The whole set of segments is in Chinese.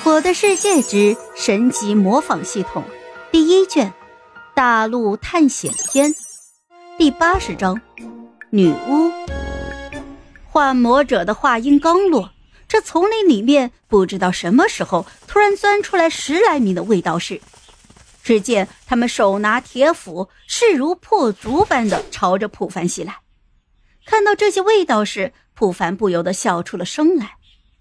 我的世界之神级模仿系统第1卷大陆探险篇第80章女巫。幻魔者的话音刚落，这丛林里面不知道什么时候突然钻出来10来名的卫道士。只见他们手拿铁斧，势如破竹般的朝着普凡袭来。看到这些卫道士，普凡不由得笑出了声来。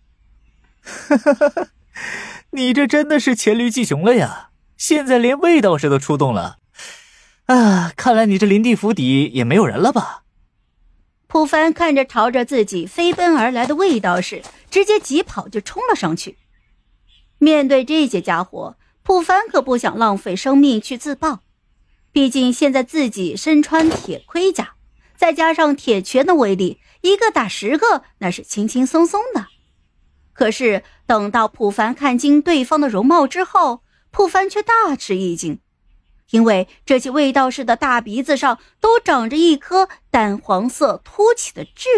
你这真的是黔驴技穷了呀，现在连卫道士都出动了啊！看来你这林地府邸也没有人了吧？ 普凡看着朝着自己飞奔而来的卫道士，直接疾跑就冲了上去。面对这些家伙，普凡可不想浪费生命去自爆，毕竟现在自己身穿铁盔甲，再加上铁拳的威力，一个打10个那是轻轻松松的。可是等到普凡看清对方的容貌之后，普凡却大吃一惊，因为这些卫道士的大鼻子上都长着一颗淡黄色凸起的痣。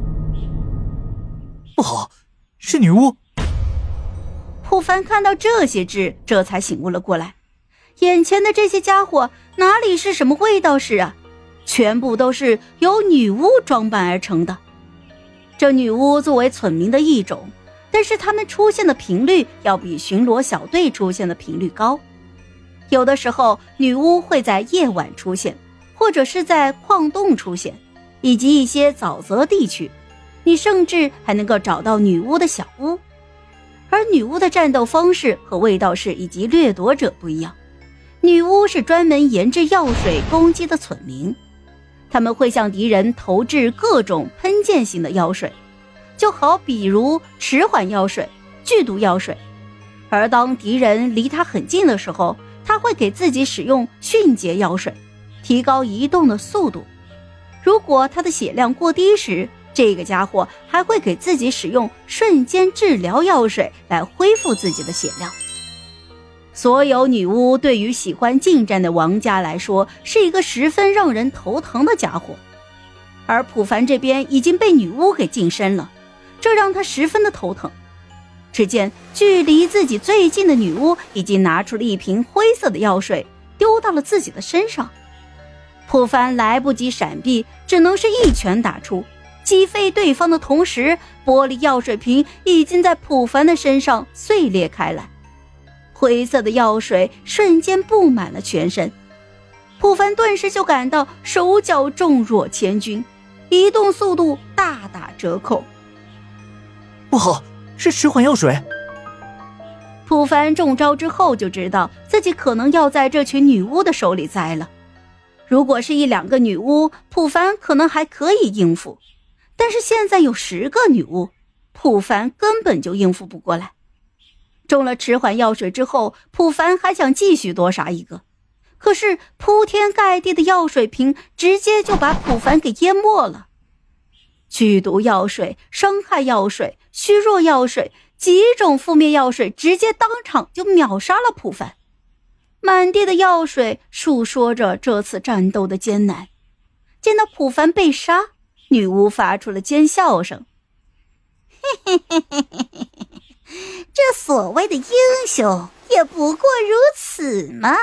不好，是女巫！ 普凡看到这些痣，这才醒悟了过来，眼前的这些家伙哪里是什么卫道士啊，全部都是由女巫装扮而成的。这女巫作为村民的一种，但是他们出现的频率要比巡逻小队出现的频率高。有的时候女巫会在夜晚出现，或者是在矿洞出现，以及一些沼泽地区，你甚至还能够找到女巫的小屋。而女巫的战斗方式和卫道士以及掠夺者不一样，女巫是专门研制药水攻击的村民，他们会向敌人投掷各种喷溅型的药水，就好比如迟缓药水、剧毒药水。而当敌人离他很近的时候，他会给自己使用迅捷药水，提高移动的速度。如果他的血量过低时，这个家伙还会给自己使用瞬间治疗药水来恢复自己的血量。所有女巫对于喜欢近战的王家来说是一个十分让人头疼的家伙，而普凡这边已经被女巫给近身了，这让他十分的头疼。只见距离自己最近的女巫已经拿出了一瓶灰色的药水，丢到了自己的身上。普凡来不及闪避，只能是一拳打出，击飞对方的同时，玻璃药水瓶已经在普凡的身上碎裂开来，灰色的药水瞬间布满了全身。普凡顿时就感到手脚重若千钧，移动速度大打折扣。 不好，是迟缓药水！ 普凡中招之后就知道自己可能要在这群女巫的手里栽了。如果是1、2个女巫，普凡可能还可以应付，但是现在有10个女巫，普凡根本就应付不过来。中了迟缓药水之后，普凡还想继续多杀一个，可是铺天盖地的药水瓶直接就把普凡给淹没了。剧毒药水、伤害药水、虚弱药水，几种负面药水直接当场就秒杀了普凡。满地的药水述说着这次战斗的艰难。见到普凡被杀，女巫发出了尖笑声。嘿嘿嘿嘿嘿嘿，这所谓的英雄也不过如此嘛，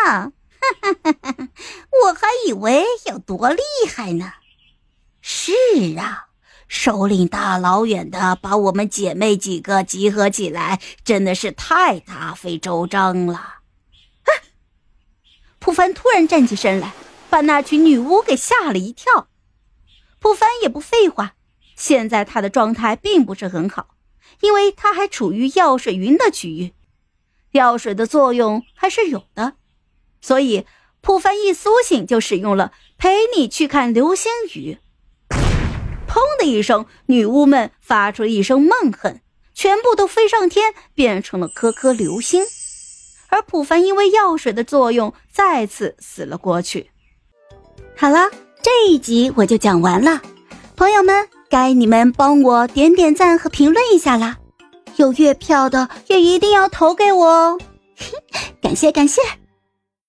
我还以为有多厉害呢。是啊，首领大老远的把我们姐妹几个集合起来，真的是太大费周章了。普凡突然站起身来，把那群女巫给吓了一跳。普凡也不废话，现在他的状态并不是很好，因为他还处于药水云的区域，药水的作用还是有的，所以普凡一苏醒就使用了陪你去看流星雨。砰的一声，女巫们发出了一声闷哼，全部都飞上天，变成了颗颗流星。而普凡因为药水的作用再次死了过去。好了，这一集我就讲完了，朋友们，该你们帮我点点赞和评论一下啦，有月票的也一定要投给我哦，感谢感谢。